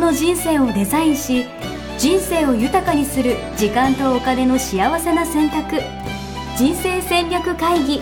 の人生をデザインし、人生を豊かにする時間とお金の幸せな選択、人生戦略会議。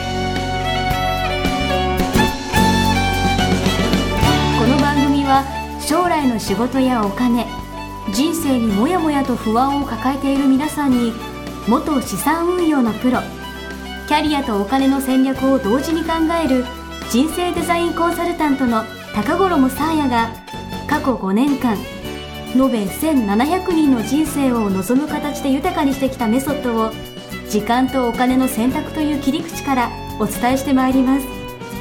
この番組は将来の仕事やお金、人生にもやもやと不安を抱えている皆さんに、元資産運用のプロ、キャリアとお金の戦略を同時に考える人生デザインコンサルタントの高頃もさあやが、過去5年間延べ1700人の人生を望む形で豊かにしてきたメソッドを、時間とお金の選択という切り口からお伝えしてまいります。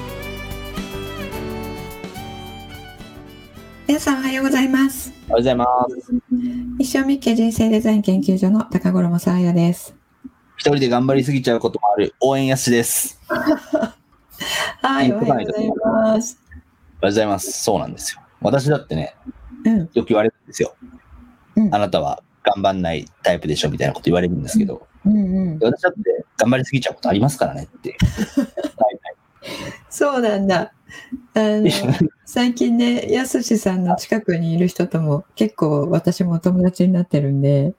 皆さんおはようございます。 おはようございます。 一生みっけ人生デザイン研究所の高頃もさあやです。 一人で頑張りすぎちゃうこともある応援やすです。 はい、おはようございます。 おはようございます。そうなんですよ。私だってね、よく言われるんですよ。あなたは頑張んないタイプでしょみたいなこと言われるんですけど、私だって頑張りすぎちゃうことありますからねって。 そうなんだ。最近ね、やすしさんの近くにいる人とも結構私もお友達になってるんで、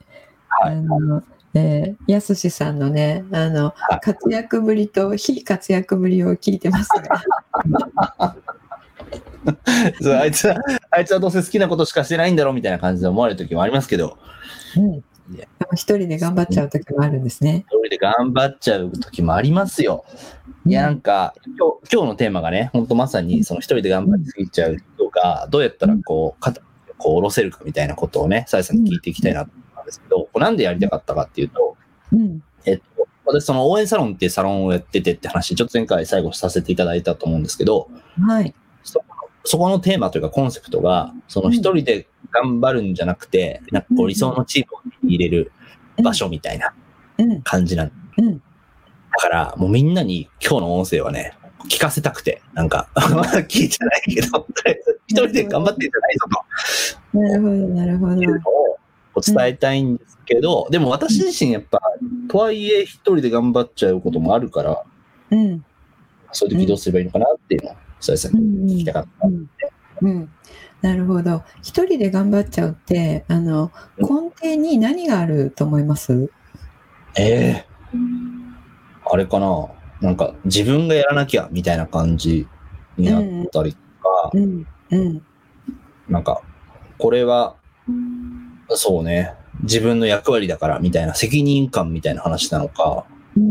やすしさんのね、活躍ぶりと非活躍ぶりを聞いてますがそう、あいつはどうせ好きなことしかしてないんだろうみたいな感じで思われる時もありますけど、 一人で頑張っちゃう時もあるんですね。 一人で頑張っちゃう時もありますよ。いや、なんか今日のテーマがね、本当まさにその一人で頑張りすぎちゃう人がどうやったら肩を下ろせるかみたいなことをね、さやさんに聞いていきたいなと思うんですけど、なんでやりたかったかっていうと、私その応援サロンっていうサロンをやっててって話、ちょっと前回最後させていただいたと思うんですけど、 はい。 そこのテーマというかコンセプトが、その一人で頑張るんじゃなくて、なんかこう理想のチームを入れる場所みたいな感じなんで、だからもうみんなに今日の音声はね、聞かせたくて、なんか聞いてないけど、一人で頑張ってんじゃないぞと。 なるほど、なるほど。 いうのをお伝えたいんですけど、でも私自身やっぱ、とはいえ一人で頑張っちゃうこともあるから、そういう時どうすればいいのかなっていうのを、そうですね、聞きたかった。 なるほど。一人で頑張っちゃうって、根底に何があると思います？ あれかな、なんか自分がやらなきゃみたいな感じになったりとか、なんかこれはそうね、自分の役割だからみたいな責任感みたいな話なのか、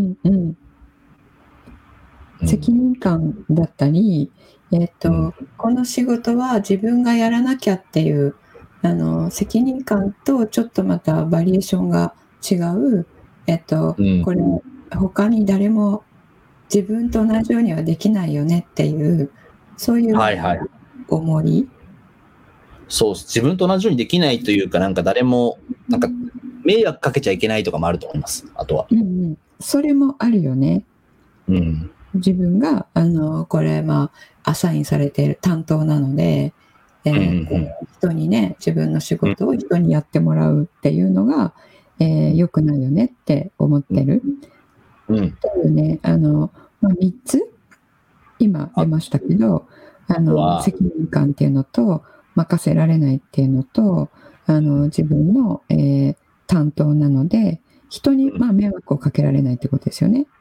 責任感だったり、この仕事は自分がやらなきゃっていう責任感とちょっとまたバリエーションが違う、これ他に誰も自分と同じようにはできないよねっていう、そういう思い、 そう、自分と同じようにできないというか、なんか誰もなんか迷惑かけちゃいけないとかもあると思います。あとは、 それもあるよね。自分がこれアサインされている担当なので、人にね、自分の仕事を人にやってもらうっていうのが、良くないよねって思ってる。というね、3つ今出ましたけど、責任感っていうのと任せられないっていうのと、自分の、担当なので人に迷惑をかけられないってことですよね。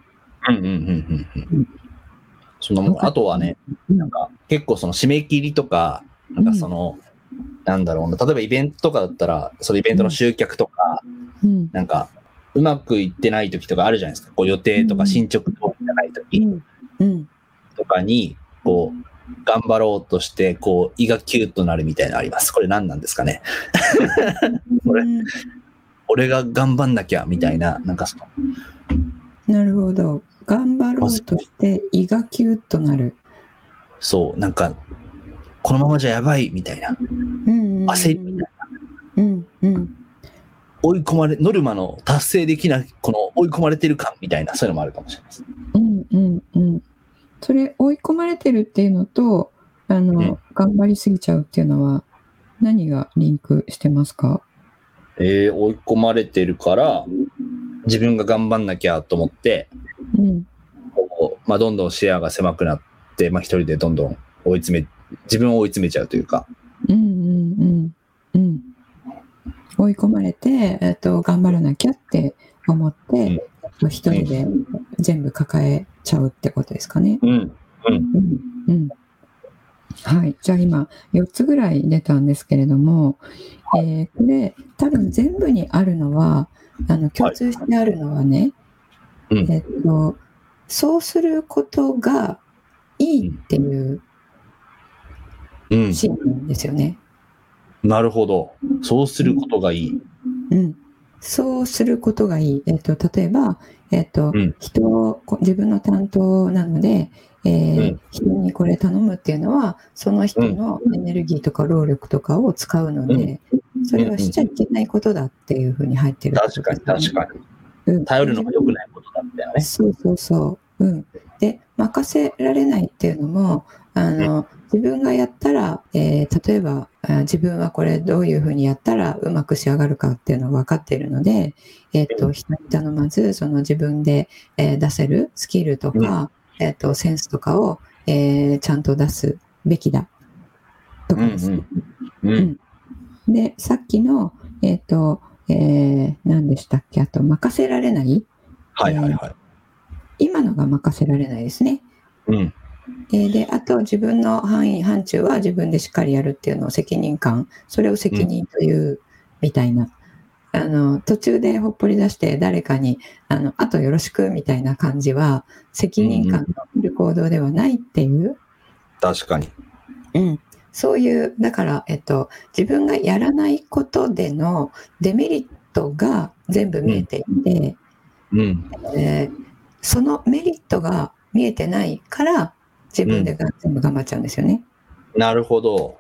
あとはね、なんか結構その締め切りとか、なんかその、なんだろうな、例えばイベントとかだったら、そのイベントの集客とか、なんかうまくいってない時とかあるじゃないですか。こう予定とか進捗通りじゃない時とかに、こう頑張ろうとして、こう胃がキュッとなるみたいなのあります。これ何なんですかね。俺が頑張んなきゃみたいな、なんかなるほど。頑張ろうとして胃がキュッとなる。 そう、なんかこのままじゃやばいみたいな、焦りみたいな、追い込まれ、ノルマの達成できないこの追い込まれてる感みたいな、そういうのもあるかもしれないです。 それ追い込まれてるっていうのと頑張りすぎちゃうっていうのは何がリンクしてますか？ 追い込まれてるから自分が頑張んなきゃと思って、どんどん視野が狭くなって、一人でどんどん自分を追い詰めちゃうというか、 追い込まれて、頑張らなきゃって思って、一人で全部抱えちゃうってことですかね。はい。じゃあ今、4つぐらい出たんですけれども、これ、多分全部にあるのは、共通してあるのはね、そうすることがいいっていう信念ですよね。 なるほど。そうすることがいい。 そうすることがいい。例えば、自分の担当なので、人にこれ頼むっていうのは、その人のエネルギーとか労力とかを使うので、それはしちゃいけないことだっていうふうに入ってる、ね。 確かに。頼るのが良くないことだったよね。 そう。で、任せられないっていうのも、自分がやったら、例えば自分はこれどういうふうにやったらうまく仕上がるかっていうのが分かっているので、人に頼まず、その自分で、出せるスキルとか、センスとかを、ちゃんと出すべきだとかですね。で、さっきの、何でしたっけ、あと任せられない、今のが任せられないですね。で、あと自分の範疇は自分でしっかりやるっていうのを責任感、それを責任というみたいな、途中でほっぽり出して誰かにあとよろしくみたいな感じは責任感のいる行動ではないっていう、 確かに、 そういうだから、自分がやらないことでのデメリットが全部見えていて、そのメリットが見えてないから自分で全部頑張っちゃうんですよね。 なるほど。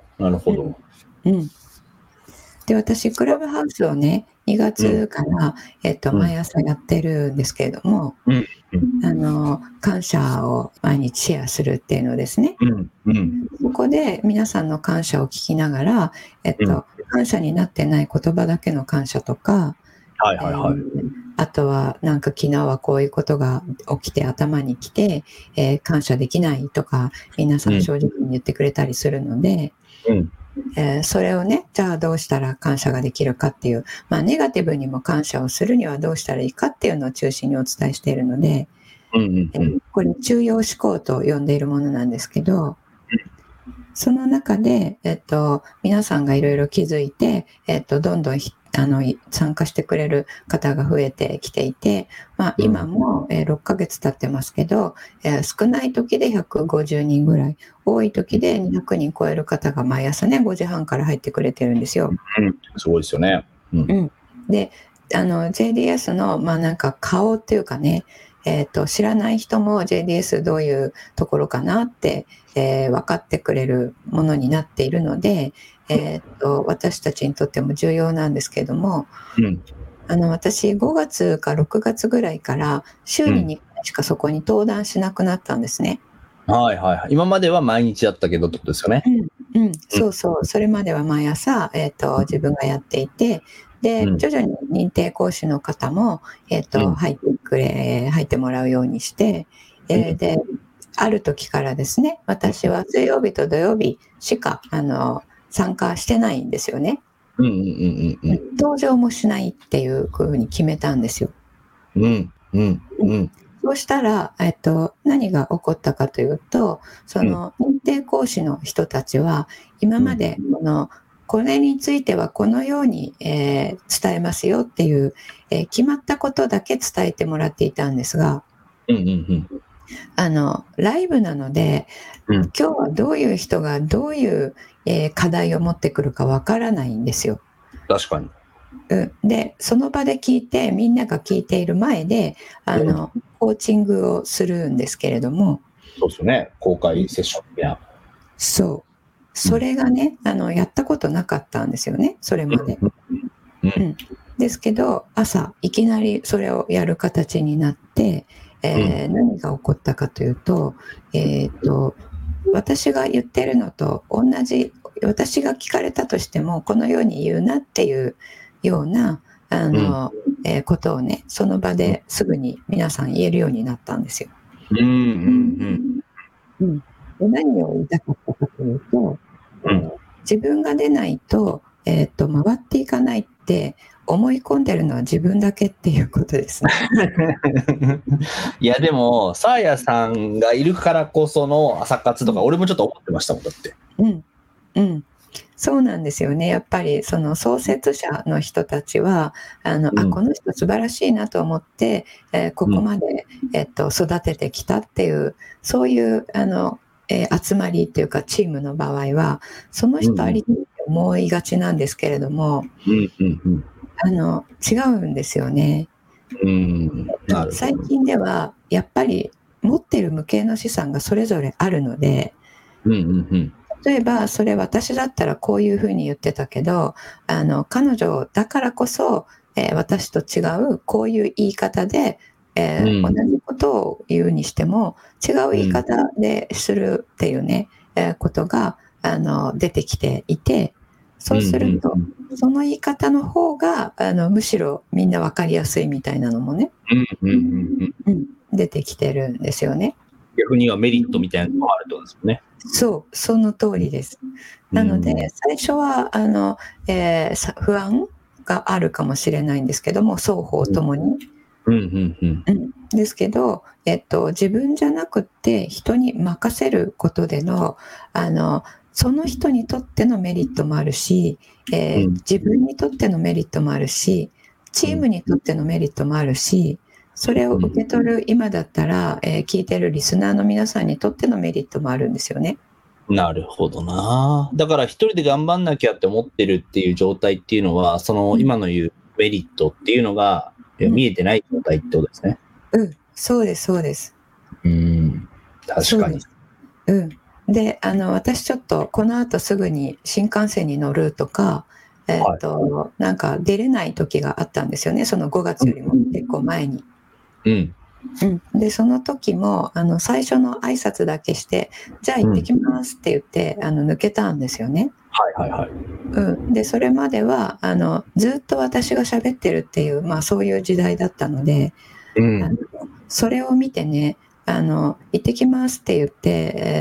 で、私クラブハウスをね2月から、毎朝やってるんですけれども、感謝を毎日シェアするっていうのですね。そこで皆さんの感謝を聞きながら、感謝になってない言葉だけの感謝とか、あとはなんか昨日はこういうことが起きて頭にきて、感謝できないとか皆さん正直に言ってくれたりするので、それをね、じゃあどうしたら感謝ができるかっていう、ネガティブにも感謝をするにはどうしたらいいかっていうのを中心にお伝えしているので、これ中庸思考と呼んでいるものなんですけど、その中で、皆さんがいろいろ気づいて、どんどん参加してくれる方が増えてきていて、今も、6ヶ月経ってますけど、少ない時で150人ぐらい、多い時で200人超える方が毎朝ね、5時半から入ってくれてるんですよ。 すごいですよね。 で、JDS の、なんか顔っていうかね、知らない人も JDS どういうところかなって、分かってくれるものになっているので、私たちにとっても重要なんですけれども、私5月か6月ぐらいから週に2回しかそこに登壇しなくなったんですね。 今までは毎日やったけどってことですよね。 そう。それまでは毎朝、自分がやっていて、で、徐々に認定講師の方も、入ってもらうようにして、で、ある時からですね、私は水曜日と土曜日しか参加してないんですよね。登場もしないっていうふうに決めたんですよ。そうしたら、何が起こったかというと、その認定講師の人たちは今までこれについてはこのように、伝えますよっていう、決まったことだけ伝えてもらっていたんですが、ライブなので、今日はどういう人がどういう、課題を持ってくるかわからないんですよ。 確かに。 で、その場で聞いて、みんなが聞いている前で、コーチングをするんですけれども。 そうですね。公開セッションや。 そう。それがね、やったことなかったんですよね、それまで。ですけど、朝、いきなりそれをやる形になって、何が起こったかというと、私が言ってるのと同じ、私が聞かれたとしても、このように言うなっていうような、ことをね、その場ですぐに皆さん言えるようになったんですよ。何を言いたかったかというと、自分が出ないと、回っていかないっって思い込んでるのは自分だけっていうことですね。 いやでもサーヤさんがいるからこその朝活とか、俺もちょっと思ってましたもん、だって。 そうなんですよね。やっぱりその創設者の人たちはこの人素晴らしいなと思って、ここまで、育ててきたっていうそういう集まりっていうかチームの場合はその人ありきって思いがちなんですけれども、違うんですよね。最近ではやっぱり持ってる無形の資産がそれぞれあるので、例えばそれ私だったらこういうふうに言ってたけど彼女だからこそ、私と違うこういう言い方で、同じことを言うにしても違う言い方でするっていうね、ことが出てきていて、そうするとその言い方の方がむしろみんな分かりやすいみたいなのもね、出てきてるんですよね。 逆にはメリットみたいなのがあるってことですよね。 その通りです。なので最初は不安があるかもしれないんですけども、双方ともに。ですけど、自分じゃなくって人に任せることでのその人にとってのメリットもあるし、自分にとってのメリットもあるし、チームにとってのメリットもあるし、それを受け取る今だったら、聞いてるリスナーの皆さんにとってのメリットもあるんですよね。 なるほどな。だから一人で頑張んなきゃって思ってるっていう状態っていうのは、その今の言うメリットっていうのが見えてない状態ってことですね。 そうですそうです。 確かに。 で私ちょっとこの後すぐに新幹線に乗るとか、なんか出れない時があったんですよね。その5月よりも結構前に。でその時も最初の挨拶だけしてじゃあ行ってきますって言って抜けたんですよね。でそれまではずっと私が喋ってるっていう、そういう時代だったので、それを見てね行ってきますって言って、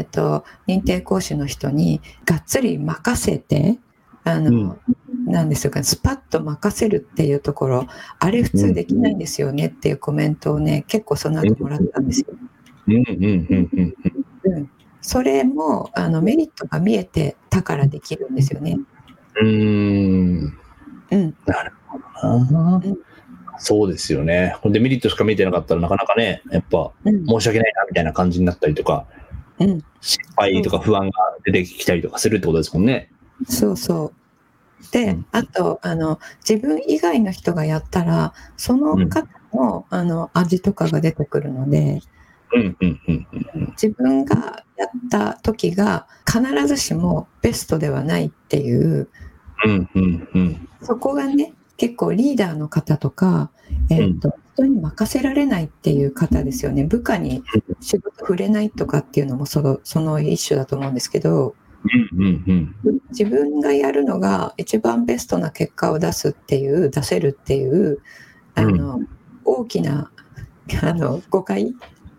認定講師の人にがっつり任せてなんですか、スパッと任せるっていうところ、あれ普通できないんですよねっていうコメントをね結構その後もらったんですよ。それもメリットが見えてたからできるんですよね。 なるほどな。そうですよね。デメリットしか見えてなかったらなかなかね、やっぱ申し訳ないなみたいな感じになったりとか、失敗とか不安が出てきたりとかするってことですもんね。 で、あと自分以外の人がやったらその方の、味とかが出てくるので、自分がやった時が必ずしもベストではないっていう、そこがね結構リーダーの方とか、人に任せられないっていう方ですよね。部下に仕事触れないとかっていうのもその一種だと思うんですけど、自分がやるのが一番ベストな結果を出せるっていう大きな誤解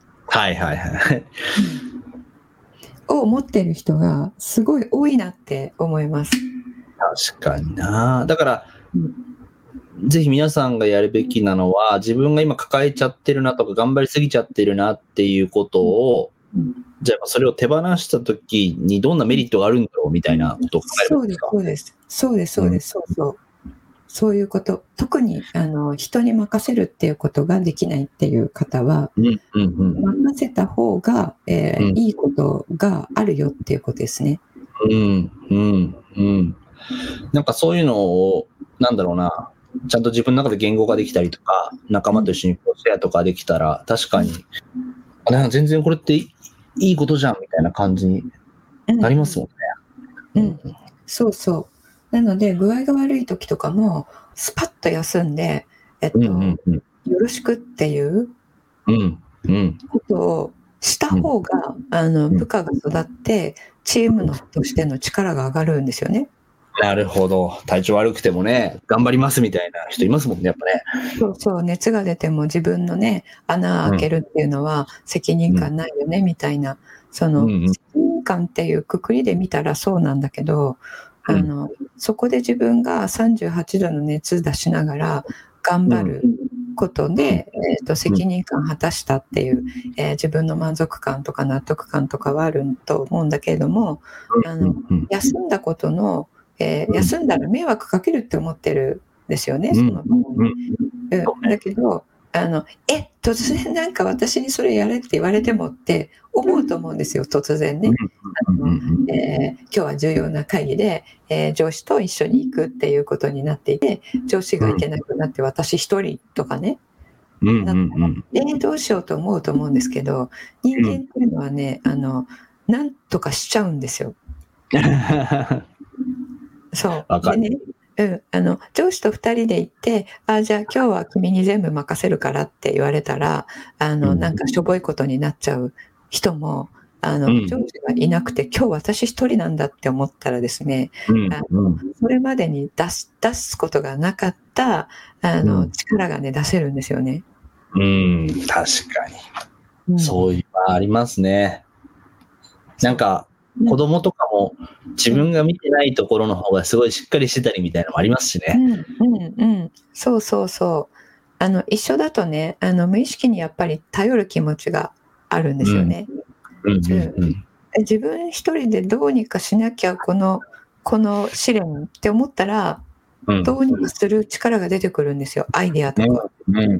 を持ってる人がすごい多いなって思います。 確かにな。だから、ぜひ皆さんがやるべきなのは、自分が今抱えちゃってるなとか頑張りすぎちゃってるなっていうことを、じゃあそれを手放したときにどんなメリットがあるんだろうみたいなことを考えるんですか？ そういうこと。特に人に任せるっていうことができないっていう方は、任せた方が、いいことがあるよっていうことですね。 なんかそういうのをなんだろうな、ちゃんと自分の中で言語化できたりとか、仲間と一緒にシェアとかできたら、確かに全然これっていいことじゃんみたいな感じになりますもんね。 なので具合が悪い時とかもスパッと休んで、よろしくっていうことをした方が、部下が育ってチームとしての力が上がるんですよね。 なるほど。体調悪くてもね、頑張りますみたいな人いますもんね、やっぱね。 熱が出ても自分のね、穴開けるっていうのは責任感ないよね、みたいな、責任感っていうくくりで見たらそうなんだけど、 そこで自分が38度の熱出しながら頑張ることで、責任感を果たしたっていう、自分の満足感とか納得感とかはあると思うんだけれども、休んだことの、休んだら迷惑かけるって思ってるんですよね、その場合。だけど突然なんか私にそれやれって言われてもって思うと思うんですよ、突然ね。今日は重要な会議で、上司と一緒に行くっていうことになっていて、上司が行けなくなって私一人とかね、どうしようと思うと思うんですけど、人間っていうのはね、なんとかしちゃうんですよ。そうでね、上司と2人で行って、じゃあ今日は君に全部任せるからって言われたら、なんかしょぼいことになっちゃう人も、上司がいなくて今日私一人なんだって思ったらですね、それまでに出すことがなかった力がね出せるんですよね。 確かに、そういうのありますね。なんか子供とかも自分が見てないところの方がすごいしっかりしてたりみたいなのもありますしね。 そうそうそう。一緒だとね、無意識にやっぱり頼る気持ちがあるんですよね。自分一人でどうにかしなきゃこの試練って思ったら、どうにかする力が出てくるんですよ、アイデアとか。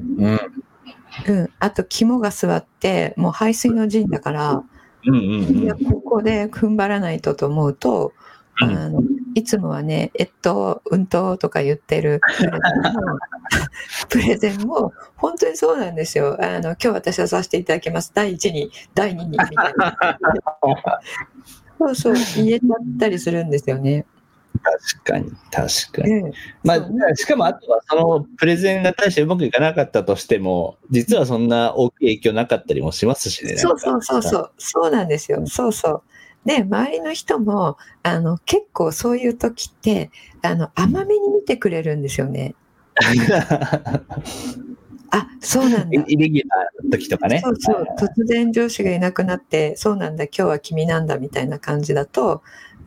あと肝が据わってもう排水の陣だから、いやここで踏ん張らないとと思うと、いつもはねとか言ってるプレゼンも本当にそうなんですよ。今日私はさせていただきます、第1に第2にみたいなそう言えちゃったりするんですよね。 確かに。しかもあとはそのプレゼンが大してうまくいかなかったとしても、実はそんな大きい影響なかったりもしますしね。 そうなんですよ。で周りの人も結構そういう時って甘めに見てくれるんですよね。そうなんだ。 イレギュラーの時とかね。 突然上司がいなくなって、そうなんだ今日は君なんだみたいな感じだと、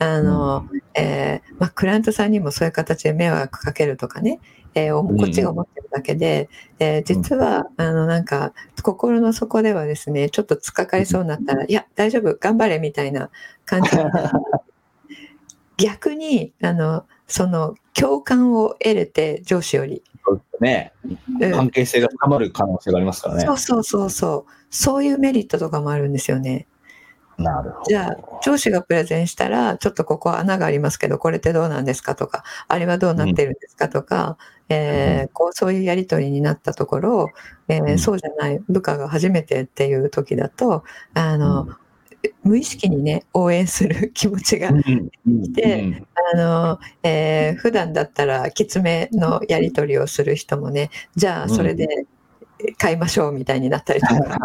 クライアントさんにもそういう形で迷惑かけるとかね、こっちが思ってるだけで、実はなんか心の底ではですね、ちょっと突っかかりそうになったら、いや大丈夫頑張れみたいな感じになって逆にその共感を得れて、上司より関係性が深まる可能性がありますからね。 そういうメリットとかもあるんですよね。 なるほど。 じゃあ上司がプレゼンしたら、ちょっとここは穴がありますけどこれってどうなんですかとか、あれはどうなってるんですかとか、そういうやり取りになったところ、そうじゃない部下が初めてっていう時だと無意識にね応援する気持ちがいて、普段だったらきつめのやり取りをする人もね、じゃあそれで買いましょうみたいになったりとか。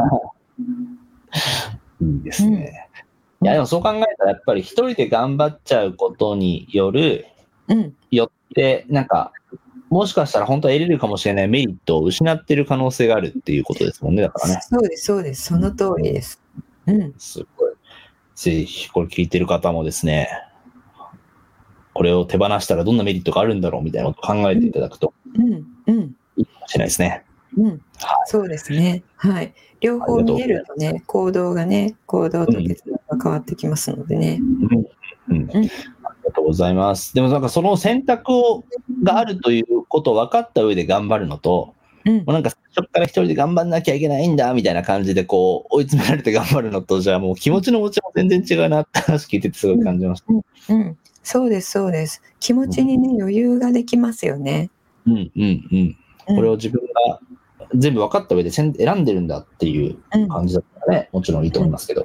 いいですね。いやでもそう考えたらやっぱり一人で頑張っちゃうことによってなんかもしかしたら本当は得れるかもしれないメリットを失っている可能性があるっていうことですもんね。だからね。 そうですその通りです。 すごい。ぜひこれ聞いてる方もですね、これを手放したらどんなメリットがあるんだろうみたいなことを考えていただくといいかもしれないですね。 そうですね。両方見えるとね、行動と決断が変わってきますのでね。 ありがとうございます。でもなんかその選択があるということを分かった上で頑張るのと、もうなんか最初から一人で頑張んなきゃいけないんだみたいな感じでこう追い詰められて頑張るのと、じゃあもう気持ちの持ちも全然違うなって話聞いててすごい感じました。 そうです。気持ちにね、余裕ができますよね。 これを自分が全部分かった上で選んでるんだっていう感じだったらね、もちろんいいと思いますけど。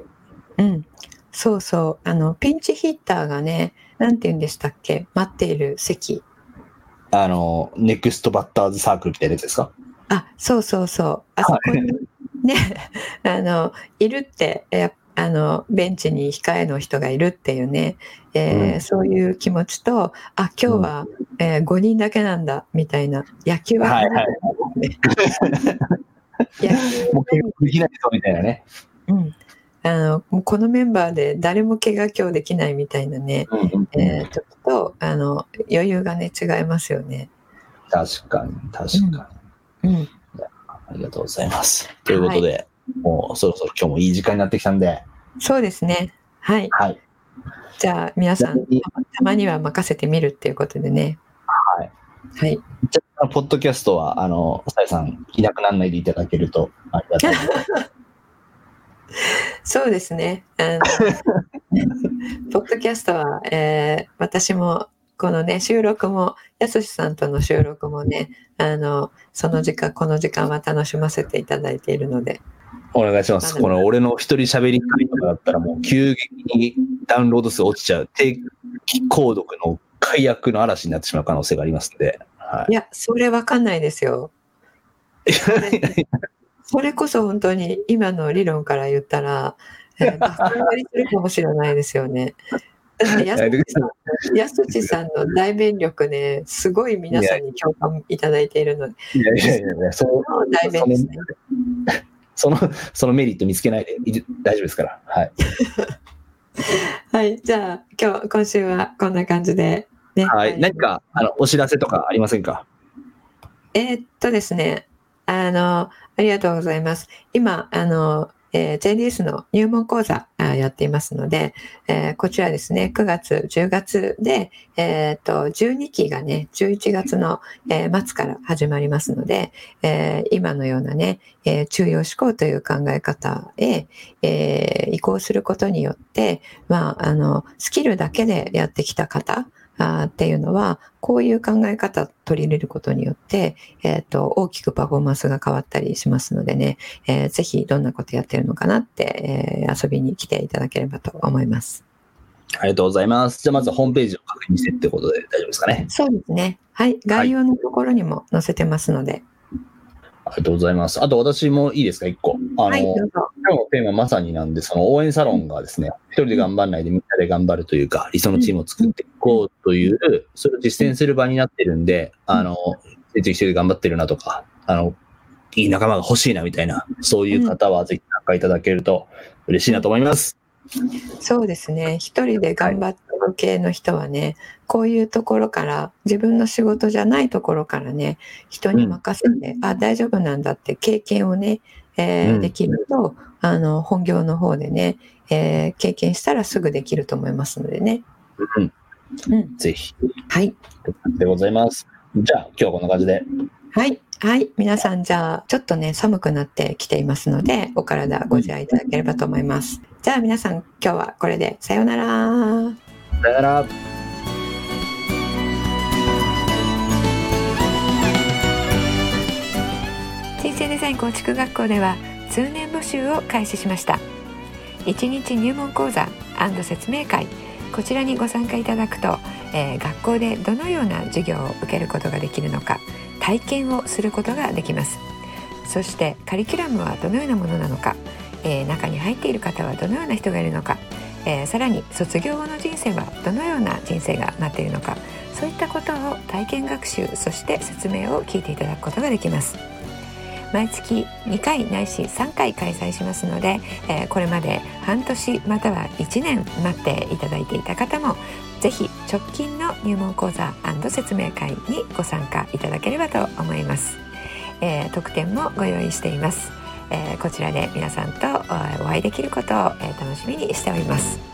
ピンチヒッターがね、なんて言うんでしたっけ、待っている席。 ネクストバッターズサークルみたいなやつですか？ そう。あそこにね、いるって、ベンチに控えの人がいるっていうね、そういう気持ちと、今日は、5人だけなんだみたいな、野球はもう結構できないぞみたいなね。 このメンバーで誰も怪我今日できないみたいなね、ちょっと余裕がね違いますよね。 確かに。ありがとうございます。ということで、もうそろそろ今日もいい時間になってきたんで。 そうですね。はい。じゃあ皆さんたまには任せてみるっていうことでね。はい。 じゃあポッドキャストはさやさんいなくならないでいただけるとありがたいです。 そうですね。ポッドキャストは、私もこのね収録もやすしさんとの収録もねその時間この時間は楽しませていただいているのでお願いします。この俺の一人喋り会とかだったらもう急激にダウンロード数落ちちゃう定期購読の解約の嵐になってしまう可能性がありますので、 いやそれわかんないですよ。それこそ本当に今の理論から言ったらバカ売りするかもしれないですよね。だってやすしさんの代弁力ねすごい皆さんに共感いただいているので、 その代弁ですね。そのメリット見つけないで大丈夫ですから。はい。 はい、じゃあ今週はこんな感じで、ね。 はい。何かお知らせとかありませんか？ ですね、ありがとうございます。今JDS の入門講座やっていますので、こちらですね9月10月で、12期がね11月の、末から始まりますので、今のようなね、中庸思考という考え方へ、移行することによって、スキルだけでやってきた方っていうのはこういう考え方を取り入れることによって、大きくパフォーマンスが変わったりしますのでね、ぜひどんなことやってるのかなって、遊びに来ていただければと思います。 ありがとうございます。じゃあまずホームページを確認してってことで大丈夫ですかね？ そうですね。はい。概要のところにも載せてますので。 ありがとうございます。あと私もいいですか、1個。 はい、どうぞ。 今日のテーマまさになんで、その応援サロンがですね、一人で頑張らないでみんなで頑張るというか、理想のチームを作っていこうという、それを実践する場になってるんで、一人で頑張ってるなとか、いい仲間が欲しいなみたいな、そういう方はぜひ参加いただけると嬉しいなと思います。 そうですね。一人で頑張ってる系の人はね、こういうところから自分の仕事じゃないところからね人に任せて、大丈夫なんだって経験をね、できると本業の方でね、経験したらすぐできると思いますのでね、 ぜひはいでございます。じゃあ今日はこんな感じではい皆さんじゃあちょっとね寒くなってきていますのでお体ご自愛いただければと思います。じゃあ皆さん今日はこれでさようなら。 さようなら。 人生デザイン構築学校では通年募集を開始しました。1日入門講座&説明会、こちらにご参加いただくと、学校でどのような授業を受けることができるのか体験をすることができます。そしてカリキュラムはどのようなものなのか、中に入っている方はどのような人がいるのか、さらに卒業後の人生はどのような人生が待っているのか、そういったことを体験学習、そして説明を聞いていただくことができます。毎月2回ないし3回開催しますので、これまで半年または1年待っていただいていた方もぜひ直近の入門講座&説明会にご参加いただければと思います。特典もご用意しています。こちらで皆さんとお会いできることを楽しみにしております。